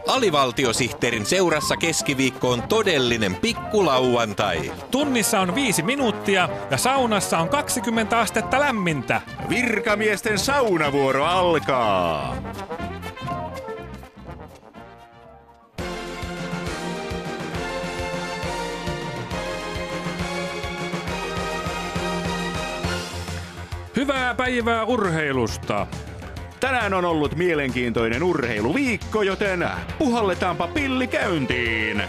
Alivaltiosihteerin seurassa keskiviikko on todellinen pikkulauantai. Tunnissa on 5 minuuttia ja saunassa on 20 astetta lämmintä. Virkamiesten saunavuoro alkaa. Hyvää päivää urheilusta. Tänään on ollut mielenkiintoinen urheiluviikko, joten puhalletaanpa pilli käyntiin.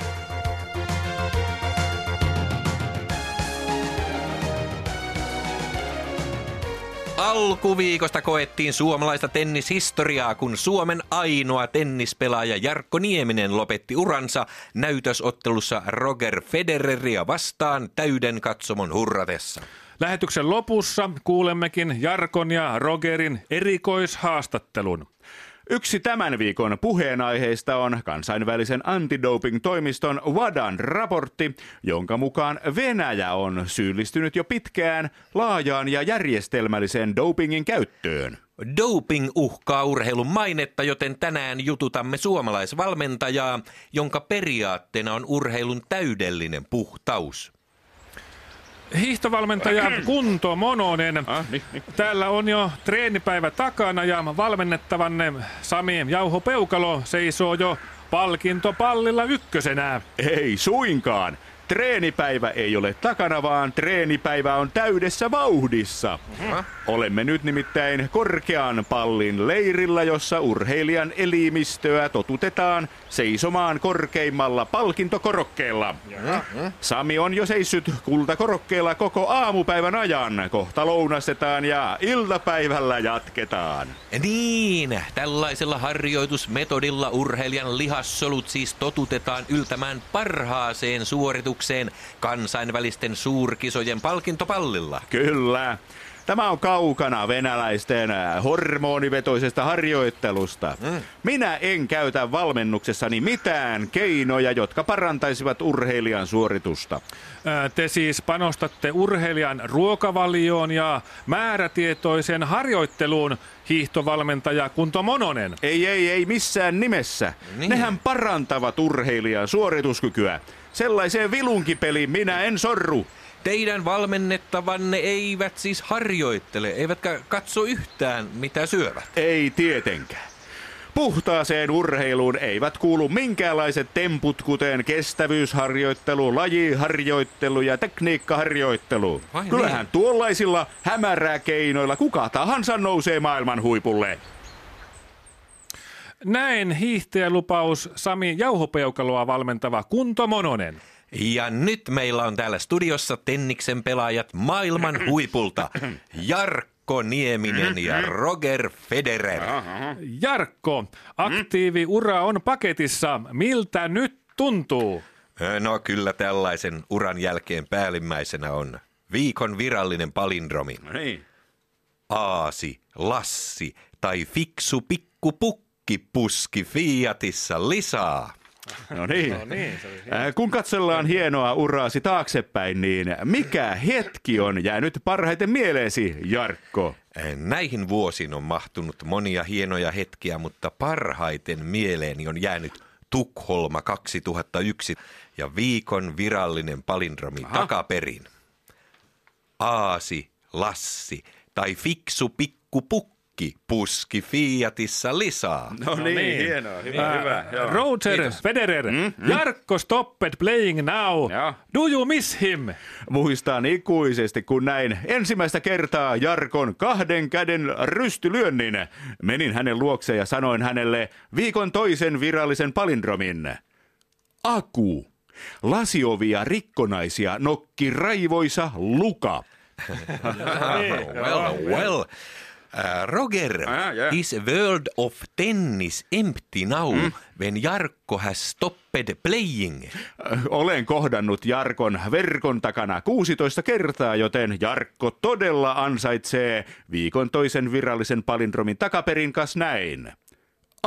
Alkuviikosta koettiin suomalaista tennishistoriaa, kun Suomen ainoa tennispelaaja Jarkko Nieminen lopetti uransa näytösottelussa Roger Federeria vastaan täyden katsomon hurratessa. Lähetyksen lopussa kuulemmekin Jarkon ja Rogerin erikoishaastattelun. Yksi tämän viikon puheenaiheista on kansainvälisen antidoping-toimiston WADAn raportti, jonka mukaan Venäjä on syyllistynyt jo pitkään laajaan ja järjestelmälliseen dopingin käyttöön. Doping uhkaa urheilun mainetta, joten tänään jututamme suomalaisvalmentajaa, jonka periaatteena on urheilun täydellinen puhtaus. Hiihtovalmentaja Kunto Mononen. Täällä on jo treenipäivä takana ja valmennettavanne Sami Jauho-Peukalo seisoo jo palkintopallilla ykkösenä. Ei suinkaan. Treenipäivä ei ole takana, vaan treenipäivä on täydessä vauhdissa. Olemme nyt nimittäin korkean pallin leirillä, jossa urheilijan elimistöä totutetaan seisomaan korkeimmalla palkintokorokkeella. Sami on jo seissyt kultakorokkeella koko aamupäivän ajan. Kohta lounastetaan ja iltapäivällä jatketaan. Niin, tällaisella harjoitusmetodilla urheilijan lihassolut siis totutetaan yltämään parhaaseen suoritukseen kansainvälisten suurkisojen palkintopallilla. Kyllä. Tämä on kaukana venäläisten hormonivetoisesta harjoittelusta. Minä en käytä valmennuksessani mitään keinoja, jotka parantaisivat urheilijan suoritusta. Te siis panostatte urheilijan ruokavalioon ja määrätietoisen harjoitteluun, hiihtovalmentaja Kunto Mononen. Ei missään nimessä. Niin. Nehän parantavat urheilijan suorituskykyä. Sellaiseen vilunkipeliin minä en sorru. Teidän valmennettavanne eivät siis harjoittele, eivätkä katso yhtään mitä syövät. Ei tietenkään. Puhtaaseen urheiluun eivät kuulu minkäänlaiset temput, kuten kestävyysharjoittelu, lajiharjoittelu ja tekniikkaharjoittelu. Vai Kyllähän niin? tuollaisilla hämärää keinoilla kuka tahansa nousee maailman huipulle. Näin hiihtäjälupaus Sami Jauho-Peukaloa valmentava Kunto Mononen. Ja nyt meillä on täällä studiossa tenniksen pelaajat maailman huipulta. Jarkko Nieminen ja Roger Federer. Jarkko, aktiiviura on paketissa. Miltä nyt tuntuu? No kyllä tällaisen uran jälkeen päällimmäisenä on viikon virallinen palindromi. Niin. Aasi, Lassi tai fiksu pikku pukkipuski Fiatissa lisaa. No niin. Kun katsellaan hienoa uraasi taaksepäin, niin mikä hetki on jäänyt parhaiten mieleesi, Jarkko? Näihin vuosiin on mahtunut monia hienoja hetkiä, mutta parhaiten mieleeni on jäänyt Tukholma 2001 ja viikon virallinen palindromi takaperin. Aasi, Lassi tai fiksu pikku pukki puski Fiatissa lisaa. No niin, hienoa. Hyvä. Roger Kiitos. Federer, Jarkko stopped playing now. Joo. Do you miss him? Muistan ikuisesti, kun näin ensimmäistä kertaa Jarkon 2 käden rystylyönnin. Menin hänen luokseen ja sanoin hänelle viikon toisen virallisen palindromin. Aku. Lasiovia rikkonaisia nokki raivoisa Luka. Well. Roger, is world of tennis empty now when Jarkko has stopped playing? Olen kohdannut Jarkon verkon takana 16 kertaa, joten Jarkko todella ansaitsee viikon toisen virallisen palindromin takaperin kas näin.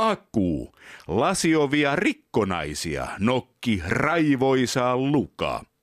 Aku, lasiovia rikkonaisia, nokki raivoisa Luka.